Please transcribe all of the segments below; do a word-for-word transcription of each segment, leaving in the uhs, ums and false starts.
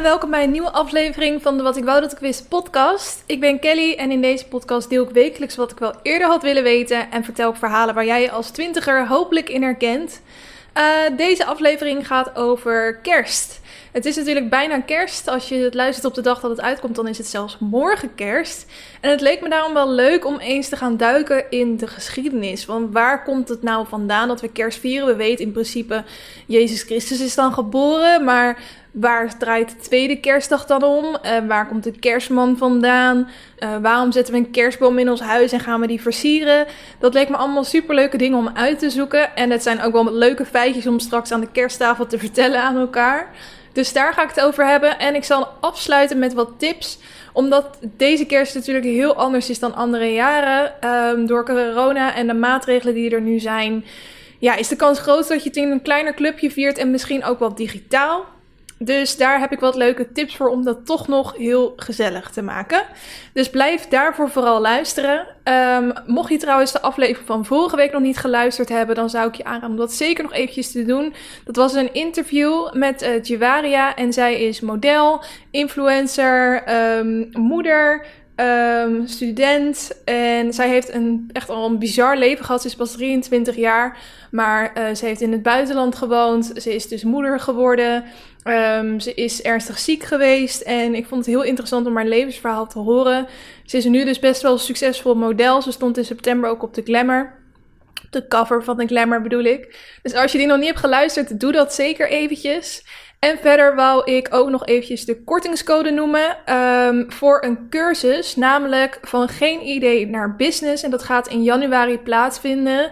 welkom bij een nieuwe aflevering van de Wat ik wou dat ik wist podcast. Ik ben Kelly en in deze podcast deel ik wekelijks wat ik wel eerder had willen weten en vertel ik verhalen waar jij je als twintiger hopelijk in herkent. Uh, deze aflevering gaat over kerst. Het is natuurlijk bijna kerst. Als je het luistert op de dag dat het uitkomt, dan is het zelfs morgen kerst. En het leek me daarom wel leuk om eens te gaan duiken in de geschiedenis. Want waar komt het nou vandaan dat we kerst vieren? We weten in principe, Jezus Christus is dan geboren, maar waar draait de tweede kerstdag dan om? Uh, waar komt de kerstman vandaan? Uh, waarom zetten we een kerstboom in ons huis en gaan we die versieren? Dat leek me allemaal superleuke dingen om uit te zoeken. En het zijn ook wel leuke feitjes om straks aan de kersttafel te vertellen aan elkaar. Dus daar ga ik het over hebben. En ik zal afsluiten met wat tips. Omdat deze kerst natuurlijk heel anders is dan andere jaren. Um, door corona en de maatregelen die er nu zijn, ja, is de kans groot dat je het in een kleiner clubje viert en misschien ook wat digitaal. Dus daar heb ik wat leuke tips voor om dat toch nog heel gezellig te maken. Dus blijf daarvoor vooral luisteren. Um, mocht je trouwens de aflevering van vorige week nog niet geluisterd hebben, dan zou ik je aanraden om dat zeker nog eventjes te doen. Dat was een interview met uh, Jewaria en zij is model, influencer, um, moeder, Um, student en zij heeft een, echt al een bizar leven gehad. Ze is pas drieëntwintig jaar, maar uh, ze heeft in het buitenland gewoond. Ze is dus moeder geworden. Um, ze is ernstig ziek geweest en ik vond het heel interessant om haar levensverhaal te horen. Ze is nu dus best wel een succesvol model. Ze stond in september ook op de Glamour. Op de cover van de Glamour bedoel ik. Dus als je die nog niet hebt geluisterd, doe dat zeker eventjes. En verder wou ik ook nog eventjes de kortingscode noemen um, voor een cursus, namelijk van geen idee naar business. En dat gaat in januari plaatsvinden.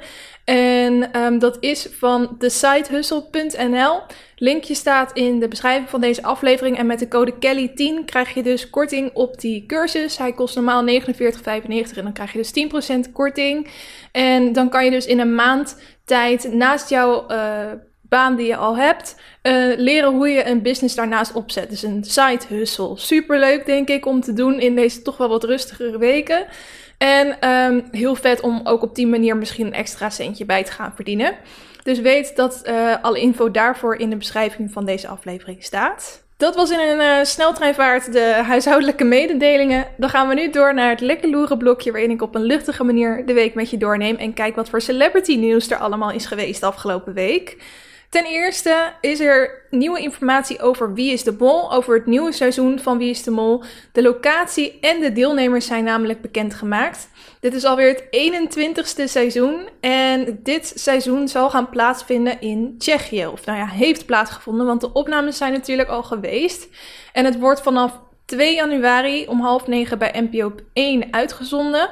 En um, dat is van the side hustle punt n l. Linkje staat in de beschrijving van deze aflevering. En met de code Kelly tien krijg je dus korting op die cursus. Hij kost normaal negenenveertig vijfennegentig en dan krijg je dus tien procent korting. En dan kan je dus in een maand tijd naast jouw uh, baan die je al hebt, uh, leren hoe je een business daarnaast opzet. Dus een side hustle. Superleuk denk ik om te doen in deze toch wel wat rustigere weken. En um, heel vet om ook op die manier misschien een extra centje bij te gaan verdienen. Dus weet dat uh, alle info daarvoor in de beschrijving van deze aflevering staat. Dat was in een uh, sneltreinvaart de huishoudelijke mededelingen. Dan gaan we nu door naar het lekker loeren blokje waarin ik op een luchtige manier de week met je doorneem en kijk wat voor celebrity nieuws er allemaal is geweest de afgelopen week. Ten eerste is er nieuwe informatie over Wie is de Mol, over het nieuwe seizoen van Wie is de Mol. De locatie en de deelnemers zijn namelijk bekendgemaakt. Dit is alweer het eenentwintigste seizoen en dit seizoen zal gaan plaatsvinden in Tsjechië. Of nou ja, heeft plaatsgevonden, want de opnames zijn natuurlijk al geweest. En het wordt vanaf twee januari om half negen bij N P O één uitgezonden.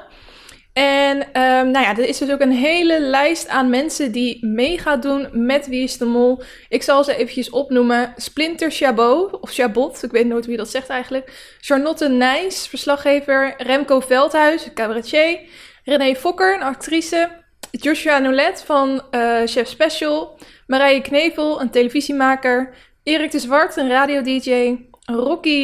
En um, nou ja, er is dus ook een hele lijst aan mensen die mee gaan doen met Wie is de Mol. Ik zal ze eventjes opnoemen. Splinter Chabot, of Chabot, ik weet nooit wie dat zegt eigenlijk. Charlotte Nijs, verslaggever. Remco Veldhuis, cabaretier. René Fokker, een actrice. Joshua Nolet van uh, Chef Special. Marije Knevel, een televisiemaker. Erik de Zwart, een radio-D J. Rocky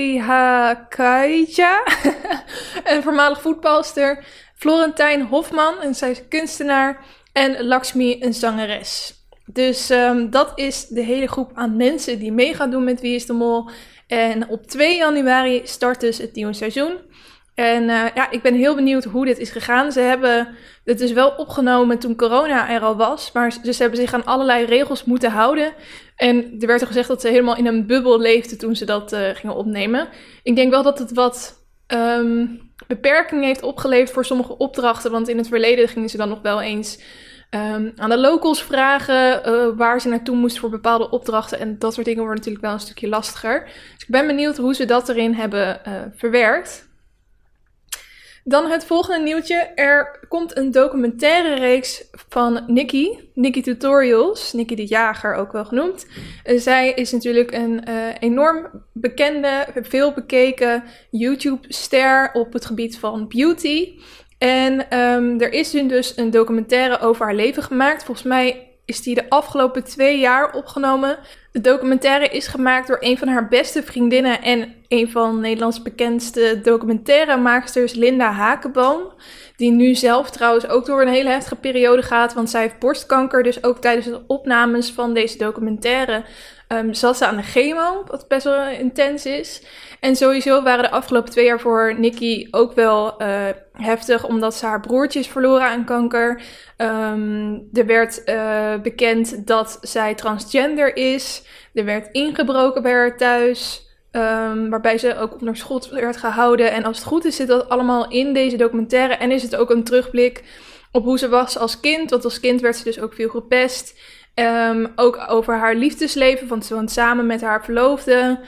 Hehakaija, een voormalig voetbalster. Florentijn Hofman, en zij is kunstenaar. En Lakshmi, een zangeres. Dus um, dat is de hele groep aan mensen die mee gaan doen met Wie is de Mol. En op twee januari start dus het nieuwe seizoen. En uh, ja, ik ben heel benieuwd hoe dit is gegaan. Ze hebben het dus wel opgenomen toen corona er al was. Maar dus ze hebben zich aan allerlei regels moeten houden. En er werd er gezegd dat ze helemaal in een bubbel leefden toen ze dat uh, gingen opnemen. Ik denk wel dat het wat um, beperking heeft opgeleverd voor sommige opdrachten. Want in het verleden gingen ze dan nog wel eens um, aan de locals vragen uh, waar ze naartoe moesten voor bepaalde opdrachten. En dat soort dingen worden natuurlijk wel een stukje lastiger. Dus ik ben benieuwd hoe ze dat erin hebben uh, verwerkt. Dan het volgende nieuwtje. Er komt een documentaire reeks van Nikki. Nikki Tutorials. Nikki de Jager ook wel genoemd. Uh, zij is natuurlijk een uh, enorm bekende, veel bekeken YouTube-ster op het gebied van beauty. En um, er is nu dus een documentaire over haar leven gemaakt. Volgens mij is die de afgelopen twee jaar opgenomen. De documentaire is gemaakt door een van haar beste vriendinnen en een van Nederlands bekendste documentairemaaksters, Linda Hakenboom. Die nu zelf trouwens ook door een hele heftige periode gaat, want zij heeft borstkanker. Dus ook tijdens de opnames van deze documentaire um, zat ze aan de chemo, wat best wel intens is. En sowieso waren de afgelopen twee jaar voor Nikki ook wel uh, heftig, omdat ze haar broertje is verloren aan kanker. Um, er werd uh, bekend dat zij transgender is. Er werd ingebroken bij haar thuis. Um, waarbij ze ook onder schot werd gehouden. En als het goed is zit dat allemaal in deze documentaire. En is het ook een terugblik op hoe ze was als kind. Want als kind werd ze dus ook veel gepest. Um, ook over haar liefdesleven, want ze woont samen met haar verloofde.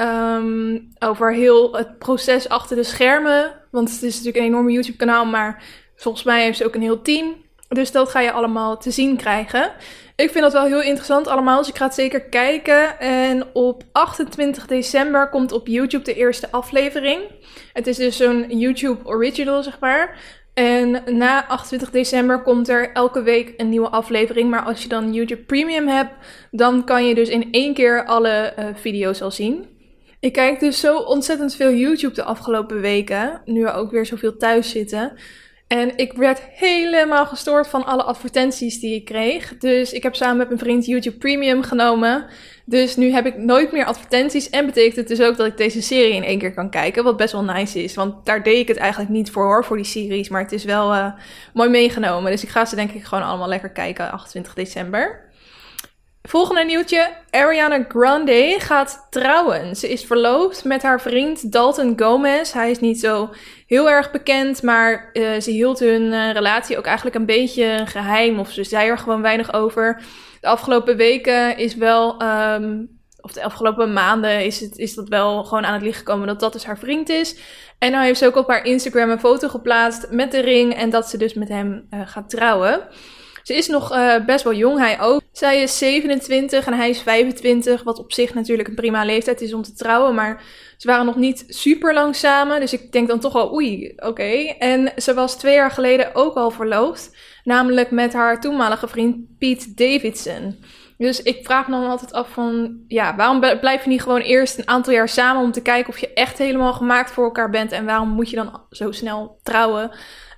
Um, over heel het proces achter de schermen. Want het is natuurlijk een enorme YouTube kanaal. Maar volgens mij heeft ze ook een heel team. Dus dat ga je allemaal te zien krijgen. Ik vind dat wel heel interessant allemaal, dus ik ga het zeker kijken. En op achtentwintig december komt op YouTube de eerste aflevering. Het is dus zo'n YouTube original, zeg maar. En na achtentwintig december komt er elke week een nieuwe aflevering. Maar als je dan YouTube Premium hebt, dan kan je dus in één keer alle uh, video's al zien. Ik kijk dus zo ontzettend veel YouTube de afgelopen weken, nu we ook weer zoveel thuis zitten. En ik werd helemaal gestoord van alle advertenties die ik kreeg. Dus ik heb samen met mijn vriend YouTube Premium genomen. Dus nu heb ik nooit meer advertenties. En betekent het dus ook dat ik deze serie in één keer kan kijken. Wat best wel nice is. Want daar deed ik het eigenlijk niet voor hoor, voor die series. Maar het is wel uh, mooi meegenomen. Dus ik ga ze denk ik gewoon allemaal lekker kijken, achtentwintig december. Volgende nieuwtje. Ariana Grande gaat trouwen. Ze is verloofd met haar vriend Dalton Gomez. Hij is niet zo heel erg bekend, maar uh, ze hield hun uh, relatie ook eigenlijk een beetje geheim. Of ze zei er gewoon weinig over. De afgelopen weken is wel, um, of de afgelopen maanden is, het, is dat wel gewoon aan het licht gekomen dat dat dus haar vriend is. En nou heeft ze ook op haar Instagram een foto geplaatst met de ring en dat ze dus met hem uh, gaat trouwen. Ze is nog uh, best wel jong, hij ook. Zij is zevenentwintig en hij is vijfentwintig, wat op zich natuurlijk een prima leeftijd is om te trouwen. Maar ze waren nog niet super lang samen, dus ik denk dan toch al oei, oké. Okay. En ze was twee jaar geleden ook al verloofd, namelijk met haar toenmalige vriend Pete Davidson. Dus ik vraag me dan altijd af van, ja, waarom blijf je niet gewoon eerst een aantal jaar samen om te kijken of je echt helemaal gemaakt voor elkaar bent en waarom moet je dan zo snel trouwen?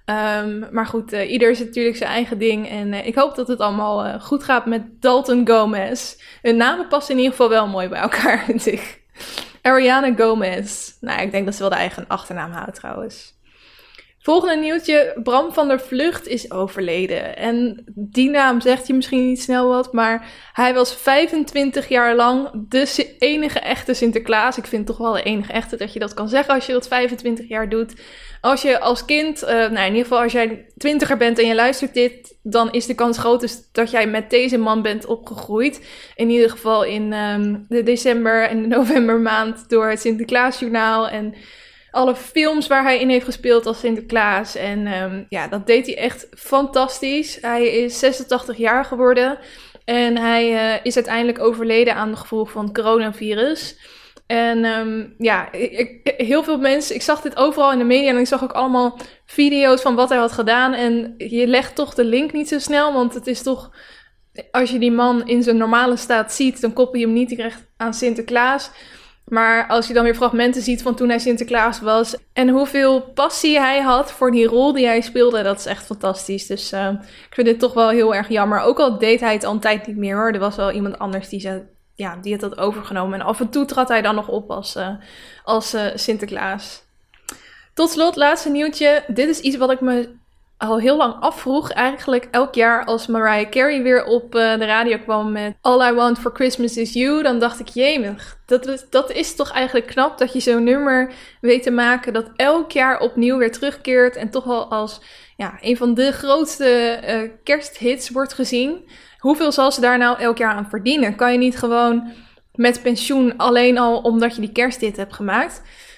Um, maar goed, uh, ieder is natuurlijk zijn eigen ding. En uh, ik hoop dat het allemaal uh, goed gaat met Dalton Gomez. Hun namen passen in ieder geval wel mooi bij elkaar, vind ik. Ariana Gomez. Nou, ik denk dat ze wel de eigen achternaam houdt trouwens. Volgende nieuwtje. Bram van der Vlugt is overleden. En die naam zegt je misschien niet snel wat, maar hij was vijfentwintig jaar lang de enige echte Sinterklaas. Ik vind toch wel de enige echte dat je dat kan zeggen als je dat vijfentwintig jaar doet. Als je als kind, uh, nou in ieder geval als jij twintiger bent en je luistert dit, dan is de kans groot dus dat jij met deze man bent opgegroeid. In ieder geval in um, de december en de novembermaand door het Sinterklaasjournaal en alle films waar hij in heeft gespeeld als Sinterklaas. En um, ja, dat deed hij echt fantastisch. Hij is zesentachtig jaar geworden en hij uh, is uiteindelijk overleden aan de gevolgen van het coronavirus. En um, ja, ik, ik, heel veel mensen, ik zag dit overal in de media en ik zag ook allemaal video's van wat hij had gedaan. En je legt toch de link niet zo snel, want het is toch, als je die man in zijn normale staat ziet, dan koppel je hem niet direct aan Sinterklaas. Maar als je dan weer fragmenten ziet van toen hij Sinterklaas was en hoeveel passie hij had voor die rol die hij speelde, dat is echt fantastisch. Dus uh, ik vind dit toch wel heel erg jammer. Ook al deed hij het al een tijd niet meer hoor, er was wel iemand anders die zei, ja, die had dat overgenomen. En af en toe trad hij dan nog op als, uh, als uh, Sinterklaas. Tot slot, laatste nieuwtje. Dit is iets wat ik me al heel lang afvroeg. Eigenlijk elk jaar als Mariah Carey weer op uh, de radio kwam met All I Want For Christmas Is You. Dan dacht ik, jemig, dat, dat is toch eigenlijk knap dat je zo'n nummer weet te maken dat elk jaar opnieuw weer terugkeert. En toch wel als ja, een van de grootste uh, kersthits wordt gezien. Hoeveel zal ze daar nou elk jaar aan verdienen? Kan je niet gewoon met pensioen alleen al omdat je die kersthit hebt gemaakt?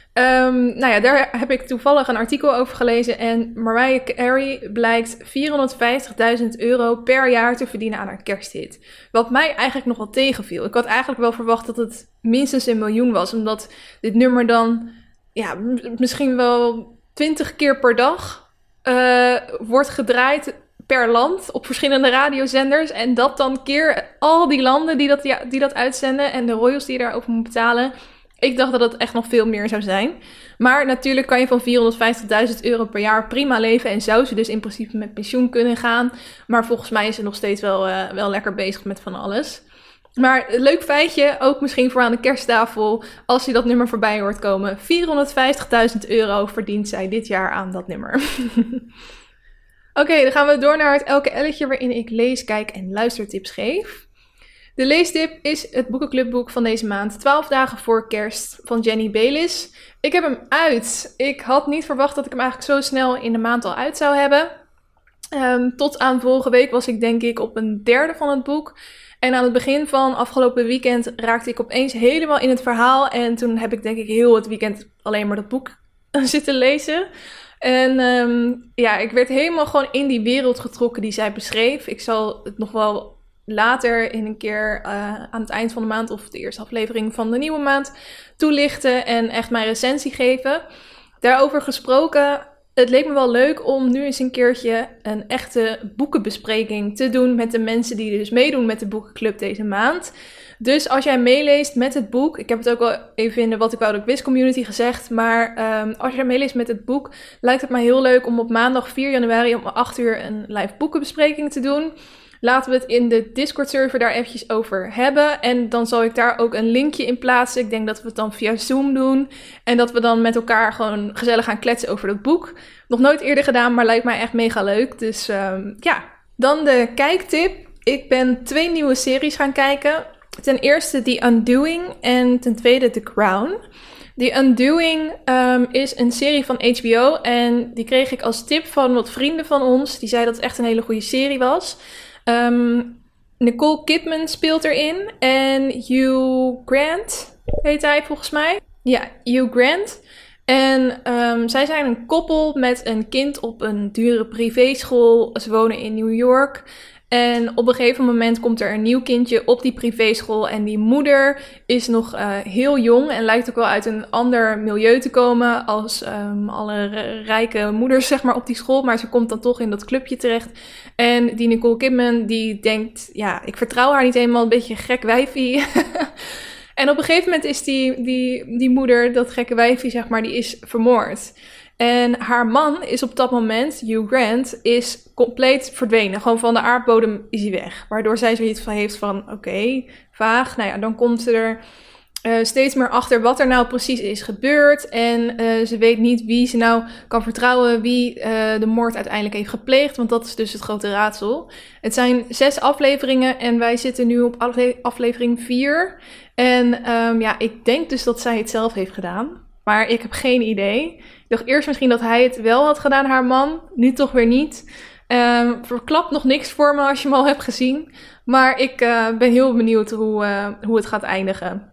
Um, nou ja, daar heb ik toevallig een artikel over gelezen. En Mariah Carey blijkt vierhonderdvijftigduizend euro per jaar te verdienen aan haar kersthit. Wat mij eigenlijk nog wel tegenviel. Ik had eigenlijk wel verwacht dat het minstens een miljoen was. Omdat dit nummer dan ja, m- misschien wel twintig keer per dag uh, wordt gedraaid per land op verschillende radiozenders. En dat dan keer al die landen die dat, ja, die dat uitzenden en de royals die je daarover moet betalen. Ik dacht dat het echt nog veel meer zou zijn. Maar natuurlijk kan je van vierhonderdvijftigduizend euro per jaar prima leven. En zou ze dus in principe met pensioen kunnen gaan. Maar volgens mij is ze nog steeds wel, uh, wel lekker bezig met van alles. Maar leuk feitje, ook misschien voor aan de kersttafel, als je dat nummer voorbij hoort komen. vierhonderdvijftigduizend euro verdient zij dit jaar aan dat nummer. Oké, okay, dan gaan we door naar het Elke Elletje waarin ik lees, kijk en luistertips geef. De leestip is het boekenclubboek van deze maand, twaalf dagen voor kerst, van Jenny Bayliss. Ik heb hem uit. Ik had niet verwacht dat ik hem eigenlijk zo snel in de maand al uit zou hebben. Um, tot aan vorige week was ik denk ik op een derde van het boek. En aan het begin van afgelopen weekend raakte ik opeens helemaal in het verhaal. En toen heb ik denk ik heel het weekend alleen maar dat boek zitten lezen. En um, ja, ik werd helemaal gewoon in die wereld getrokken die zij beschreef. Ik zal het nog wel later in een keer uh, aan het eind van de maand of de eerste aflevering van de nieuwe maand toelichten en echt mijn recensie geven. Daarover gesproken, het leek me wel leuk om nu eens een keertje een echte boekenbespreking te doen met de mensen die dus meedoen met de boekenclub deze maand. Dus als jij meeleest met het boek, ik heb het ook al even in de Wat ik wou dat ik wist community gezegd, maar um, als jij meeleest met het boek, lijkt het mij heel leuk om op maandag vier januari om acht uur een live boekenbespreking te doen. Laten we het in de Discord-server daar eventjes over hebben. En dan zal ik daar ook een linkje in plaatsen. Ik denk dat we het dan via Zoom doen. En dat we dan met elkaar gewoon gezellig gaan kletsen over dat boek. Nog nooit eerder gedaan, maar lijkt mij echt mega leuk. Dus um, ja, dan de kijktip. Ik ben twee nieuwe series gaan kijken. Ten eerste The Undoing en ten tweede The Crown. The Undoing um, is een serie van H B O. En die kreeg ik als tip van wat vrienden van ons. Die zeiden dat het echt een hele goede serie was. Um, Nicole Kidman speelt erin en Hugh Grant heet hij volgens mij. Ja, Hugh Grant. En um, zij zijn een koppel met een kind op een dure privéschool. Ze wonen in New York. En op een gegeven moment komt er een nieuw kindje op die privéschool. En die moeder is nog uh, heel jong en lijkt ook wel uit een ander milieu te komen als um, alle rijke moeders zeg maar, op die school. Maar ze komt dan toch in dat clubje terecht. En die Nicole Kidman die denkt, ja, ik vertrouw haar niet helemaal, een beetje gek wijfie. En op een gegeven moment is die, die, die moeder, dat gekke wijfie zeg maar, die is vermoord. En haar man is op dat moment, Hugh Grant, is compleet verdwenen. Gewoon van de aardbodem is hij weg. Waardoor zij zoiets van heeft van, oké, okay, vaag. Nou ja, dan komt ze er uh, steeds meer achter wat er nou precies is gebeurd. En uh, ze weet niet wie ze nou kan vertrouwen, wie uh, de moord uiteindelijk heeft gepleegd. Want dat is dus het grote raadsel. Het zijn zes afleveringen en wij zitten nu op afle- aflevering vier. En um, ja, ik denk dus dat zij het zelf heeft gedaan. Maar ik heb geen idee. Ik dacht eerst misschien dat hij het wel had gedaan, haar man. Nu toch weer niet. Um, verklap nog niks voor me als je hem al hebt gezien. Maar ik uh, ben heel benieuwd hoe, uh, hoe het gaat eindigen.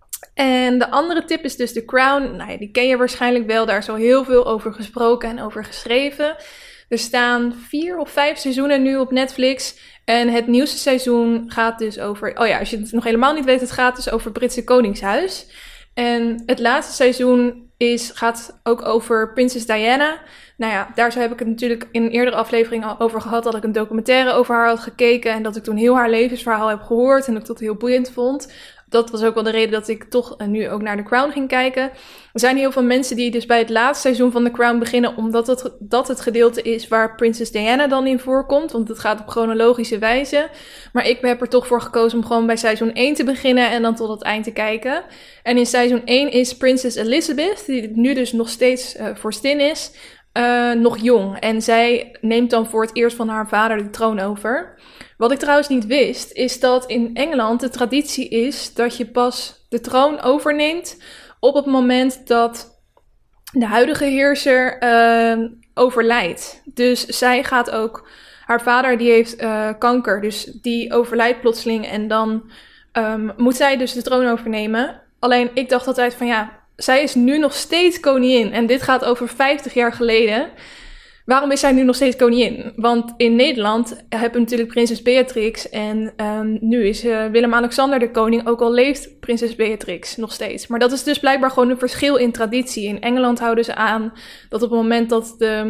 En de andere tip is dus The Crown. Nou ja, die ken je waarschijnlijk wel. Daar is al heel veel over gesproken en over geschreven. Er staan vier of vijf seizoenen nu op Netflix. En het nieuwste seizoen gaat dus over... Oh ja, als je het nog helemaal niet weet, het gaat dus over het Britse Koningshuis. En het laatste seizoen is, gaat ook over prinses Diana. Nou ja, daar heb ik het natuurlijk in een eerdere aflevering al over gehad. Dat ik een documentaire over haar had gekeken. En dat ik toen heel haar levensverhaal heb gehoord. En dat ik dat heel boeiend vond. Dat was ook wel de reden dat ik toch nu ook naar The Crown ging kijken. Er zijn heel veel mensen die dus bij het laatste seizoen van The Crown beginnen. Omdat het, dat het gedeelte is waar prinses Diana dan in voorkomt. Want het gaat op chronologische wijze. Maar ik heb er toch voor gekozen om gewoon bij seizoen één te beginnen. En dan tot het eind te kijken. En in seizoen één is prinses Elizabeth, die nu dus nog steeds uh, vorstin is, uh, nog jong. En zij neemt dan voor het eerst van haar vader de troon over. Wat ik trouwens niet wist, is dat in Engeland de traditie is dat je pas de troon overneemt op het moment dat de huidige heerser uh, overlijdt. Dus zij gaat ook, haar vader die heeft uh, kanker, dus die overlijdt plotseling en dan um, moet zij dus de troon overnemen. Alleen ik dacht altijd van ja, zij is nu nog steeds koningin en dit gaat over vijftig jaar geleden. Waarom is zij nu nog steeds koningin? Want in Nederland hebben we natuurlijk prinses Beatrix en um, nu is uh, Willem-Alexander de koning, ook al leeft prinses Beatrix nog steeds. Maar dat is dus blijkbaar gewoon een verschil in traditie. In Engeland houden ze aan dat op het moment dat de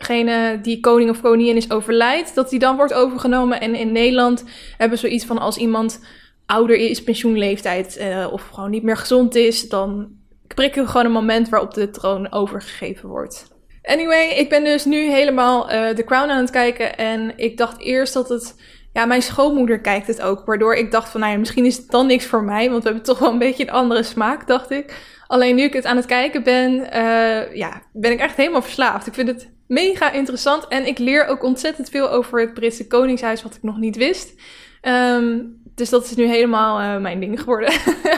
degene die koning of koningin is overlijdt, dat die dan wordt overgenomen. En in Nederland hebben we zoiets van als iemand ouder is, pensioenleeftijd uh, of gewoon niet meer gezond is, dan prikken we gewoon een moment waarop de troon overgegeven wordt. Anyway, ik ben dus nu helemaal uh, The Crown aan het kijken en ik dacht eerst dat het... Ja, mijn schoonmoeder kijkt het ook, waardoor ik dacht van, nou ja, misschien is het dan niks voor mij, want we hebben toch wel een beetje een andere smaak, dacht ik. Alleen nu ik het aan het kijken ben, uh, ja, ben ik echt helemaal verslaafd. Ik vind het mega interessant en ik leer ook ontzettend veel over het Britse Koningshuis, wat ik nog niet wist. Um, dus dat is nu helemaal uh, mijn ding geworden.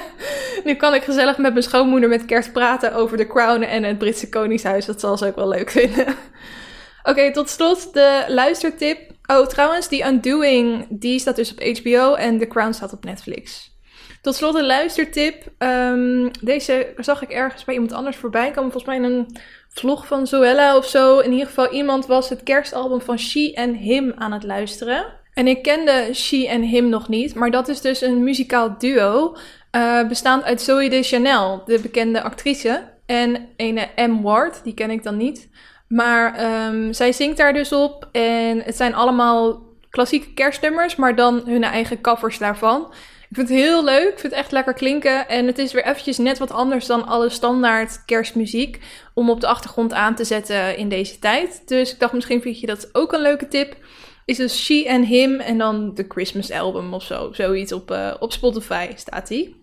Nu kan ik gezellig met mijn schoonmoeder met kerst praten over The Crown en het Britse Koningshuis. Dat zal ze ook wel leuk vinden. Oké, okay, tot slot de luistertip. Oh, trouwens, die Undoing, die staat dus op H B O en The Crown staat op Netflix. Tot slot een luistertip. Um, deze zag ik ergens bij iemand anders voorbij komen. Volgens mij in een vlog van Zoella of zo. In ieder geval, iemand was het kerstalbum van She and Him aan het luisteren. En ik kende She and Him nog niet, maar dat is dus een muzikaal duo. Uh, bestaand uit Zooey Deschanel, de bekende actrice. En ene M. Ward, die ken ik dan niet. Maar um, zij zingt daar dus op. En het zijn allemaal klassieke kerstnummers, maar dan hun eigen covers daarvan. Ik vind het heel leuk. Ik vind het echt lekker klinken. En het is weer eventjes net wat anders dan alle standaard kerstmuziek. Om op de achtergrond aan te zetten in deze tijd. Dus ik dacht, misschien vind je dat ook een leuke tip. Is dus She and Him en dan de Christmas album of zo. Zoiets op, uh, op Spotify staat die.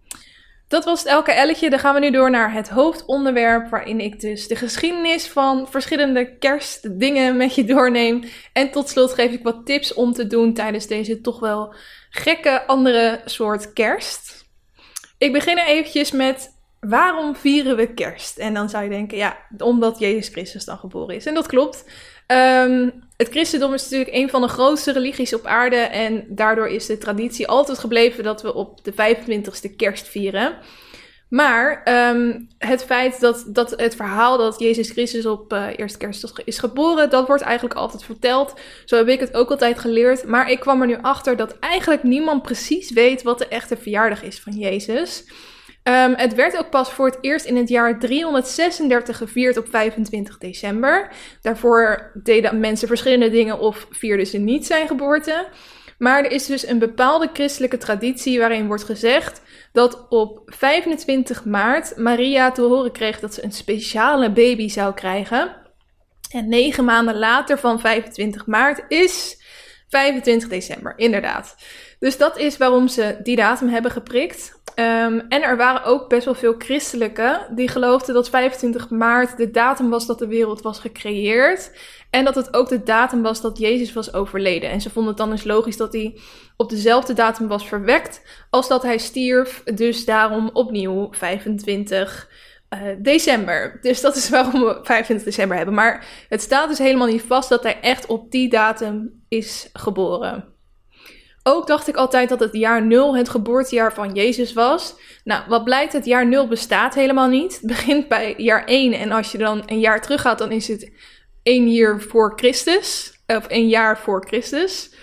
Dat was het elke elletje. Dan gaan we nu door naar het hoofdonderwerp, waarin ik dus de geschiedenis van verschillende kerstdingen met je doorneem. En tot slot geef ik wat tips om te doen tijdens deze toch wel gekke andere soort kerst. Ik begin er eventjes met, waarom vieren we kerst? En dan zou je denken, ja, omdat Jezus Christus dan geboren is. En dat klopt. Um, het christendom is natuurlijk een van de grootste religies op aarde en daardoor is de traditie altijd gebleven dat we op de vijfentwintigste kerst vieren. Maar um, het feit dat, dat het verhaal dat Jezus Christus op uh, eerste kerstdag is geboren, dat wordt eigenlijk altijd verteld. Zo heb ik het ook altijd geleerd. Maar ik kwam er nu achter dat eigenlijk niemand precies weet wat de echte verjaardag is van Jezus. Um, het werd ook pas voor het eerst in het jaar driehonderdzesendertig gevierd op vijfentwintig december. Daarvoor deden mensen verschillende dingen of vierden ze niet zijn geboorte. Maar er is dus een bepaalde christelijke traditie waarin wordt gezegd dat op vijfentwintig maart Maria te horen kreeg dat ze een speciale baby zou krijgen. En negen maanden later van vijfentwintig maart is vijfentwintig december, inderdaad. Dus dat is waarom ze die datum hebben geprikt. Um, en er waren ook best wel veel christelijke die geloofden dat vijfentwintig maart de datum was dat de wereld was gecreëerd. En dat het ook de datum was dat Jezus was overleden. En ze vonden het dan dus logisch dat hij op dezelfde datum was verwekt als dat hij stierf. Dus daarom opnieuw vijfentwintig december. Dus dat is waarom we vijfentwintig december hebben. Maar het staat dus helemaal niet vast dat hij echt op die datum is geboren. Ook dacht ik altijd dat het jaar nul het geboortejaar van Jezus was. Nou, wat blijkt, het jaar nul bestaat helemaal niet. Het begint bij jaar één en als je dan een jaar terug gaat, dan is het één jaar voor Christus. Of één jaar voor Christus.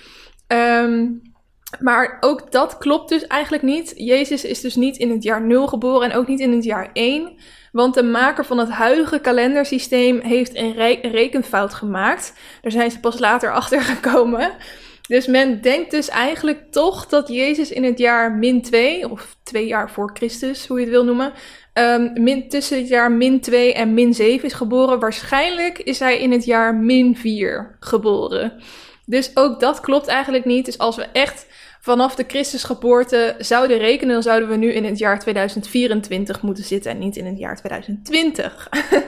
Um, maar ook dat klopt dus eigenlijk niet. Jezus is dus niet in het jaar nul geboren en ook niet in het jaar één. Want de maker van het huidige kalendersysteem heeft een re- rekenfout gemaakt. Daar zijn ze pas later achter gekomen. Dus men denkt dus eigenlijk toch dat Jezus in het jaar min twee, of twee jaar voor Christus, hoe je het wil noemen, um, min, tussen het jaar min twee en min zeven is geboren. Waarschijnlijk is hij in het jaar min vier geboren. Dus ook dat klopt eigenlijk niet. Dus als we echt vanaf de Christusgeboorte zouden rekenen, dan zouden we nu in het jaar tweeduizend vierentwintig moeten zitten en niet in het jaar tweeduizend twintig.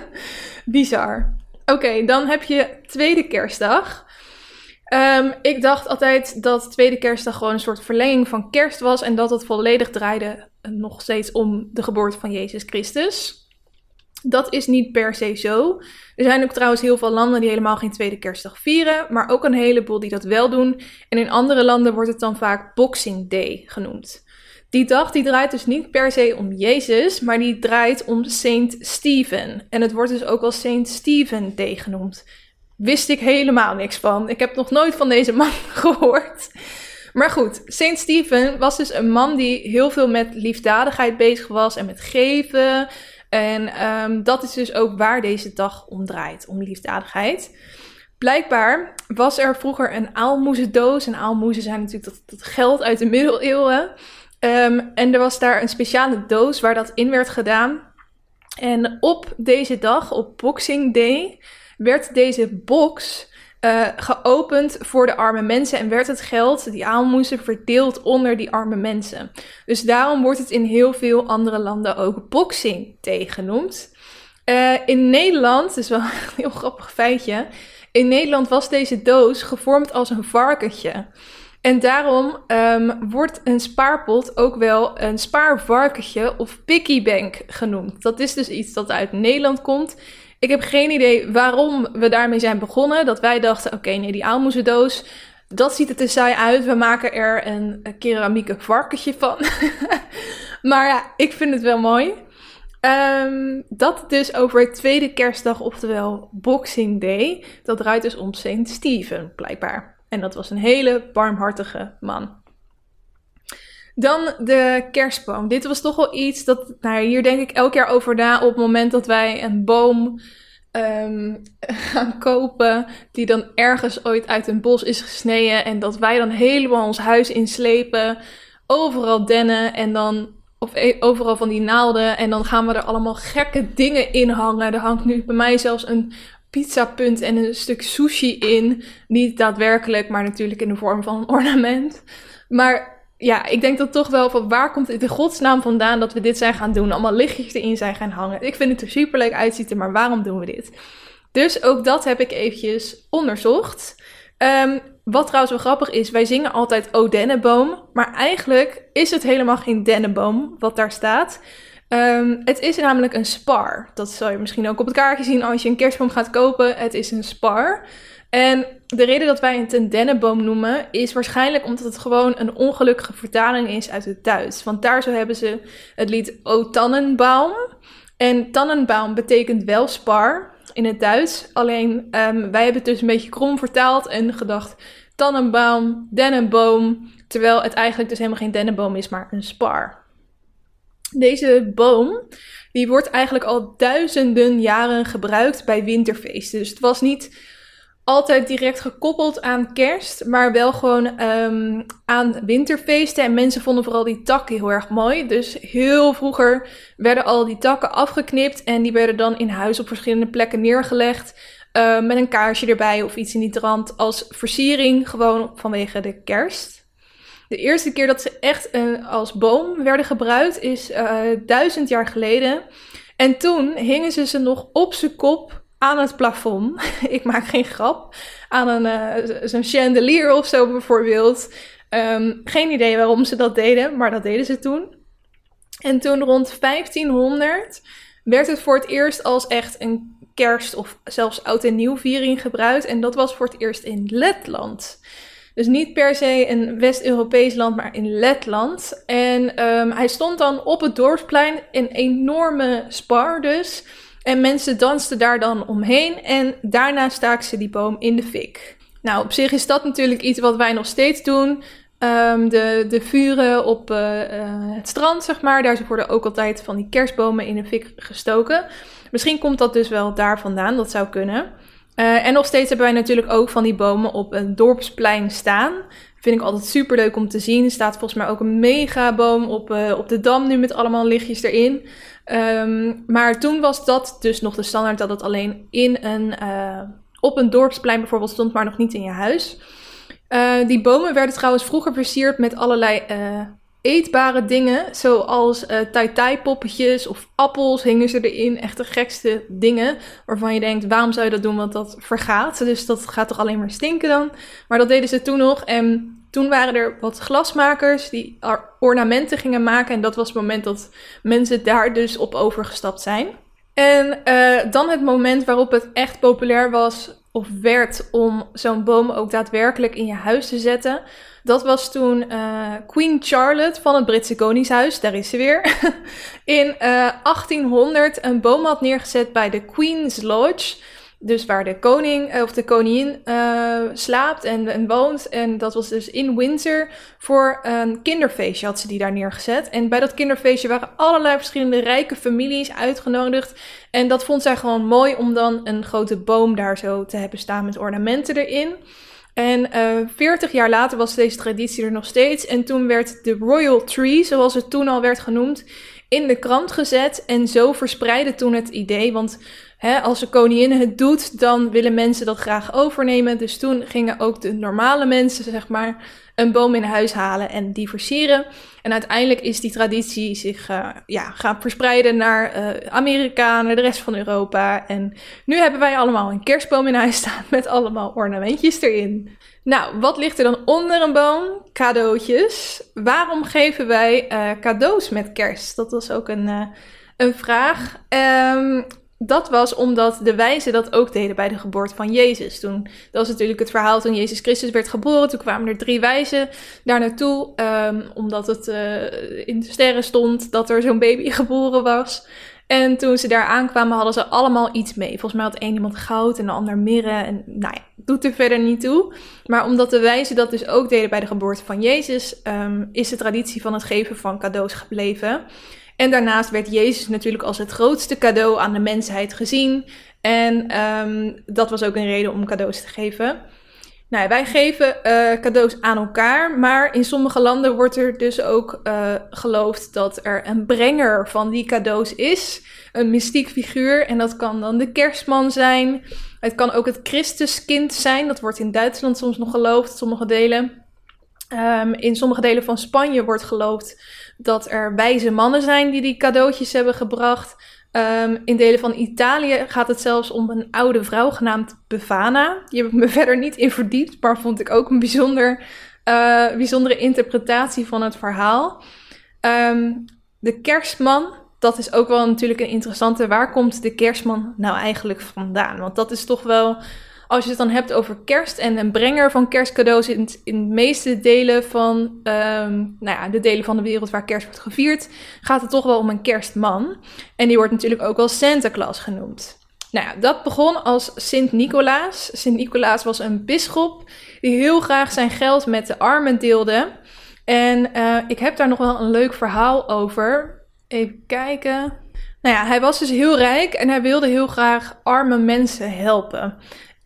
Bizar. Oké, okay, dan heb je tweede kerstdag. Um, ik dacht altijd dat tweede kerstdag gewoon een soort verlenging van kerst was en dat het volledig draaide nog steeds om de geboorte van Jezus Christus. Dat is niet per se zo. Er zijn ook trouwens heel veel landen die helemaal geen tweede kerstdag vieren, maar ook een heleboel die dat wel doen. En in andere landen wordt het dan vaak Boxing Day genoemd. Die dag die draait dus niet per se om Jezus, maar die draait om Saint Stephen. En het wordt dus ook wel Saint Stephen Day genoemd. Wist ik helemaal niks van. Ik heb nog nooit van deze man gehoord. Maar goed, Saint Stephen was dus een man die heel veel met liefdadigheid bezig was en met geven. En um, dat is dus ook waar deze dag om draait, om liefdadigheid. Blijkbaar was er vroeger een aalmoezendoos. En aalmoezen zijn natuurlijk dat, dat geld uit de middeleeuwen. Um, en er was daar een speciale doos waar dat in werd gedaan. En op deze dag, op Boxing Day, werd deze box uh, geopend voor de arme mensen. En werd het geld, die aalmoezen, verdeeld onder die arme mensen. Dus daarom wordt het in heel veel andere landen ook Boxing Day genoemd. Uh, in Nederland, dat is wel een heel grappig feitje. In Nederland was deze doos gevormd als een varkentje. En daarom um, wordt een spaarpot ook wel een spaarvarkentje of piggybank genoemd. Dat is dus iets dat uit Nederland komt. Ik heb geen idee waarom we daarmee zijn begonnen. Dat wij dachten, oké, okay, nee, die aalmoezendoos, dat ziet er te saai uit. We maken er een, een keramieke varkentje van. Maar ja, ik vind het wel mooi. Um, dat dus over tweede kerstdag, oftewel Boxing Day. Dat draait dus om Saint Stephen, blijkbaar. En dat was een hele barmhartige man. Dan de kerstboom. Dit was toch wel iets dat, nou, hier denk ik elk jaar over na op het moment dat wij een boom um, gaan kopen. Die dan ergens ooit uit een bos is gesneden. En dat wij dan helemaal ons huis inslepen. Overal dennen en dan, of overal van die naalden. En dan gaan we er allemaal gekke dingen in hangen. Er hangt nu bij mij zelfs een pizzapunt en een stuk sushi in. Niet daadwerkelijk, maar natuurlijk in de vorm van een ornament. Maar ja, ik denk dat toch wel van waar komt het in godsnaam vandaan dat we dit zijn gaan doen. Allemaal lichtjes erin zijn gaan hangen. Ik vind het er super leuk uitziet, maar waarom doen we dit? Dus ook dat heb ik eventjes onderzocht. Um, wat trouwens wel grappig is, wij zingen altijd O Dennenboom. Maar eigenlijk is het helemaal geen dennenboom wat daar staat. Um, het is namelijk een spar. Dat zal je misschien ook op het kaartje zien als je een kerstboom gaat kopen. Het is een spar. En de reden dat wij het een dennenboom noemen is waarschijnlijk omdat het gewoon een ongelukkige vertaling is uit het Duits. Want daar zo hebben ze het lied O Tannenbaum. En Tannenbaum betekent wel spar in het Duits. Alleen um, wij hebben het dus een beetje krom vertaald en gedacht Tannenbaum, dennenboom. Terwijl het eigenlijk dus helemaal geen dennenboom is, maar een spar. Deze boom, die wordt eigenlijk al duizenden jaren gebruikt bij winterfeesten. Dus het was niet altijd direct gekoppeld aan kerst, maar wel gewoon um, aan winterfeesten. En mensen vonden vooral die takken heel erg mooi. Dus heel vroeger werden al die takken afgeknipt en die werden dan in huis op verschillende plekken neergelegd. Uh, met een kaarsje erbij of iets in die trant als versiering, gewoon vanwege de kerst. De eerste keer dat ze echt uh, als boom werden gebruikt is uh, duizend jaar geleden. En toen hingen ze ze nog op z'n kop aan het plafond. Ik maak geen grap. Aan een uh, zo'n chandelier of zo bijvoorbeeld. Um, geen idee waarom ze dat deden, maar dat deden ze toen. En toen rond vijftienhonderd werd het voor het eerst als echt een kerst of zelfs oud en nieuw viering gebruikt. En dat was voor het eerst in Letland. Dus niet per se een West-Europees land, maar in Letland. En um, hij stond dan op het dorpsplein, een enorme spar dus. En mensen dansten daar dan omheen en daarna staken ze die boom in de fik. Nou, op zich is dat natuurlijk iets wat wij nog steeds doen. Um, de, de vuren op uh, uh, het strand, zeg maar. Daar worden ook altijd van die kerstbomen in de fik gestoken. Misschien komt dat dus wel daar vandaan, dat zou kunnen. Uh, en nog steeds hebben wij natuurlijk ook van die bomen op een dorpsplein staan. Vind ik altijd super leuk om te zien. Er staat volgens mij ook een megaboom op, uh, op de Dam nu met allemaal lichtjes erin. Um, maar toen was dat dus nog de standaard dat het alleen in een, uh, op een dorpsplein bijvoorbeeld stond, maar nog niet in je huis. Uh, die bomen werden trouwens vroeger versierd met allerlei uh, eetbare dingen, zoals uh, tai-tai poppetjes of appels hingen ze erin. Echt de gekste dingen waarvan je denkt, waarom zou je dat doen, want dat vergaat. Dus dat gaat toch alleen maar stinken dan. Maar dat deden ze toen nog en toen waren er wat glasmakers die ornamenten gingen maken. En dat was het moment dat mensen daar dus op overgestapt zijn. En uh, dan het moment waarop het echt populair was of werd om zo'n boom ook daadwerkelijk in je huis te zetten. Dat was toen uh, Queen Charlotte van het Britse Koningshuis, daar is ze weer, in uh, achttienhonderd een boom had neergezet bij de Queen's Lodge. dus waar de koning of de koningin uh, slaapt en, en woont. En dat was dus in Windsor voor een kinderfeestje had ze die daar neergezet. En bij dat kinderfeestje waren allerlei verschillende rijke families uitgenodigd. En dat vond zij gewoon mooi om dan een grote boom daar zo te hebben staan met ornamenten erin. En uh, veertig jaar later was deze traditie er nog steeds. En toen werd de Royal Tree, zoals het toen al werd genoemd, in de krant gezet. En zo verspreidde toen het idee, want hè, als de koningin het doet, dan willen mensen dat graag overnemen. Dus toen gingen ook de normale mensen, zeg maar, een boom in huis halen en die versieren. En uiteindelijk is die traditie zich uh, ja, gaan verspreiden naar uh, Amerika, naar de rest van Europa. En nu hebben wij allemaal een kerstboom in huis staan met allemaal ornamentjes erin. Nou, wat ligt er dan onder een boom? Cadeautjes. Waarom geven wij uh, cadeaus met kerst? Dat was ook een, uh, een vraag. Um, Dat was omdat de wijzen dat ook deden bij de geboorte van Jezus. Toen, dat was natuurlijk het verhaal toen Jezus Christus werd geboren. Toen kwamen er drie wijzen daar naartoe. Um, omdat het uh, in de sterren stond dat er zo'n baby geboren was. En toen ze daar aankwamen hadden ze allemaal iets mee. Volgens mij had één iemand goud en de ander mirre. En nou ja, doet er verder niet toe. Maar omdat de wijzen dat dus ook deden bij de geboorte van Jezus, Um, is de traditie van het geven van cadeaus gebleven. En daarnaast werd Jezus natuurlijk als het grootste cadeau aan de mensheid gezien. En um, dat was ook een reden om cadeaus te geven. Nou, wij geven uh, cadeaus aan elkaar, maar in sommige landen wordt er dus ook uh, geloofd dat er een brenger van die cadeaus is. Een mystiek figuur en dat kan dan de kerstman zijn. Het kan ook het Christuskind zijn, dat wordt in Duitsland soms nog geloofd, sommige delen. Um, in sommige delen van Spanje wordt geloofd dat er wijze mannen zijn die die cadeautjes hebben gebracht. Um, in delen van Italië gaat het zelfs om een oude vrouw genaamd Befana. Hier heb ik me verder niet in verdiept, maar vond ik ook een bijzonder, uh, bijzondere interpretatie van het verhaal. Um, de kerstman, dat is ook wel natuurlijk een interessante. Waar komt de kerstman nou eigenlijk vandaan? Want dat is toch wel, als je het dan hebt over kerst en een brenger van kerstcadeaus in, in de meeste delen van, um, nou ja, de delen van de wereld waar kerst wordt gevierd, gaat het toch wel om een kerstman. En die wordt natuurlijk ook wel Santa Claus genoemd. Nou ja, dat begon als Sint Nicolaas. Sint Nicolaas was een bisschop die heel graag zijn geld met de armen deelde. En uh, ik heb daar nog wel een leuk verhaal over. Even kijken. Nou ja, hij was dus heel rijk en hij wilde heel graag arme mensen helpen.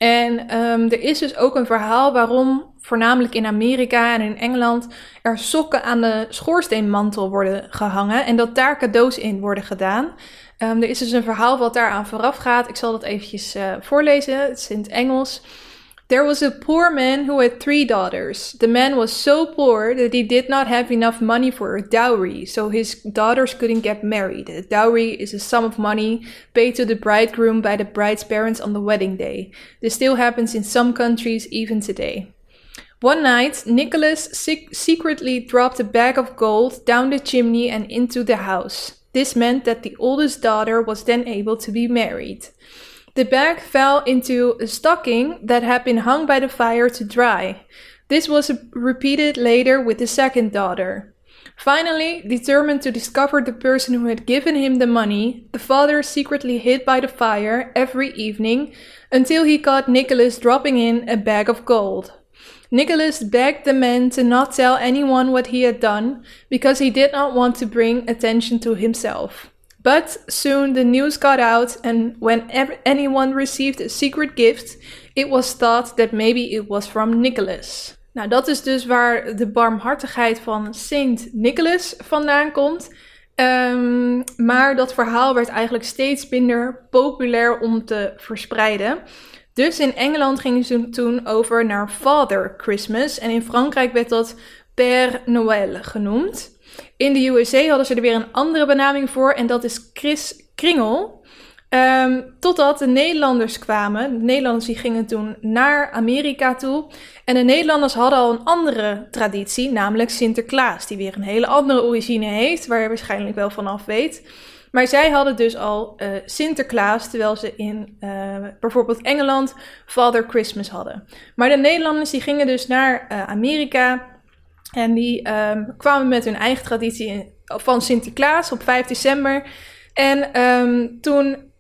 En um, er is dus ook een verhaal waarom voornamelijk in Amerika en in Engeland er sokken aan de schoorsteenmantel worden gehangen en dat daar cadeaus in worden gedaan. Um, er is dus een verhaal wat daaraan vooraf gaat. Ik zal dat eventjes uh, voorlezen. Het is in het Engels. There was a poor man who had three daughters. The man was so poor that he did not have enough money for a dowry, so his daughters couldn't get married. A dowry is a sum of money paid to the bridegroom by the bride's parents on the wedding day. This still happens in some countries even today. One night, Nicholas sec- secretly dropped a bag of gold down the chimney and into the house. This meant that the oldest daughter was then able to be married. The bag fell into a stocking that had been hung by the fire to dry. This was repeated later with the second daughter. Finally, determined to discover the person who had given him the money, the father secretly hid by the fire every evening until he caught Nicholas dropping in a bag of gold. Nicholas begged the man to not tell anyone what he had done, because he did not want to bring attention to himself. But soon the news got out, and when ev- anyone received a secret gift, it was thought that maybe it was from Nicholas. Nou, dat is dus waar de barmhartigheid van Saint Nicholas vandaan komt. Um, maar dat verhaal werd eigenlijk steeds minder populair om te verspreiden. Dus in Engeland gingen ze toen over naar Father Christmas. En in Frankrijk werd dat Père Noël genoemd. In de U S A hadden ze er weer een andere benaming voor. En dat is Kris Kringel. Um, totdat de Nederlanders kwamen. De Nederlanders die gingen toen naar Amerika toe. En de Nederlanders hadden al een andere traditie. Namelijk Sinterklaas. Die weer een hele andere origine heeft. Waar je waarschijnlijk wel vanaf weet. Maar zij hadden dus al uh, Sinterklaas, terwijl ze in uh, bijvoorbeeld Engeland Father Christmas hadden. Maar de Nederlanders die gingen dus naar uh, Amerika en die um, kwamen met hun eigen traditie van Sinterklaas op vijf december. En um, toen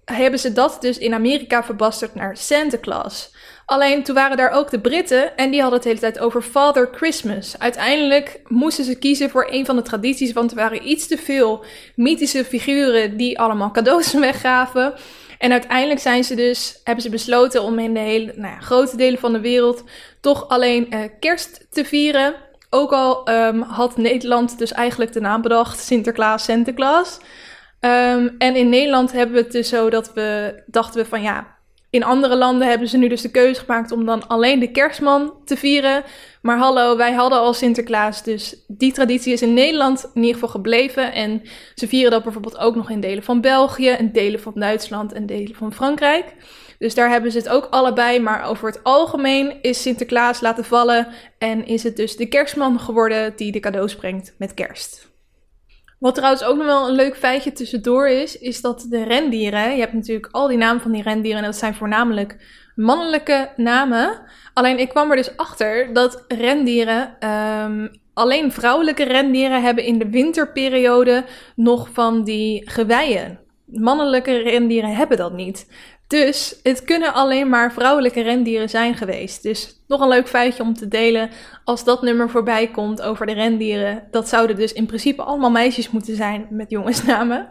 hebben ze dat dus in Amerika verbasterd naar Santa Claus. Alleen toen waren daar ook de Britten en die hadden het de hele tijd over Father Christmas. Uiteindelijk moesten ze kiezen voor een van de tradities, want er waren iets te veel mythische figuren die allemaal cadeaus weggaven. En uiteindelijk zijn ze dus, hebben ze besloten om in de hele, nou ja, grote delen van de wereld toch alleen uh, kerst te vieren. Ook al um, had Nederland dus eigenlijk de naam bedacht, Sinterklaas, Santa Claus. Um, en in Nederland hebben we het dus zo dat we dachten we van ja, in andere landen hebben ze nu dus de keuze gemaakt om dan alleen de kerstman te vieren. Maar hallo, wij hadden al Sinterklaas, dus die traditie is in Nederland in ieder geval gebleven. En ze vieren dat bijvoorbeeld ook nog in delen van België, en delen van Duitsland en delen van Frankrijk. Dus daar hebben ze het ook allebei, maar over het algemeen is Sinterklaas laten vallen en is het dus de kerstman geworden die de cadeaus brengt met kerst. Wat trouwens ook nog wel een leuk feitje tussendoor is, is dat de rendieren, je hebt natuurlijk al die namen van die rendieren en dat zijn voornamelijk mannelijke namen. Alleen ik kwam er dus achter dat rendieren, um, alleen vrouwelijke rendieren hebben in de winterperiode nog van die geweien. Mannelijke rendieren hebben dat niet. Dus het kunnen alleen maar vrouwelijke rendieren zijn geweest. Dus nog een leuk feitje om te delen als dat nummer voorbij komt over de rendieren. Dat zouden dus in principe allemaal meisjes moeten zijn met jongensnamen.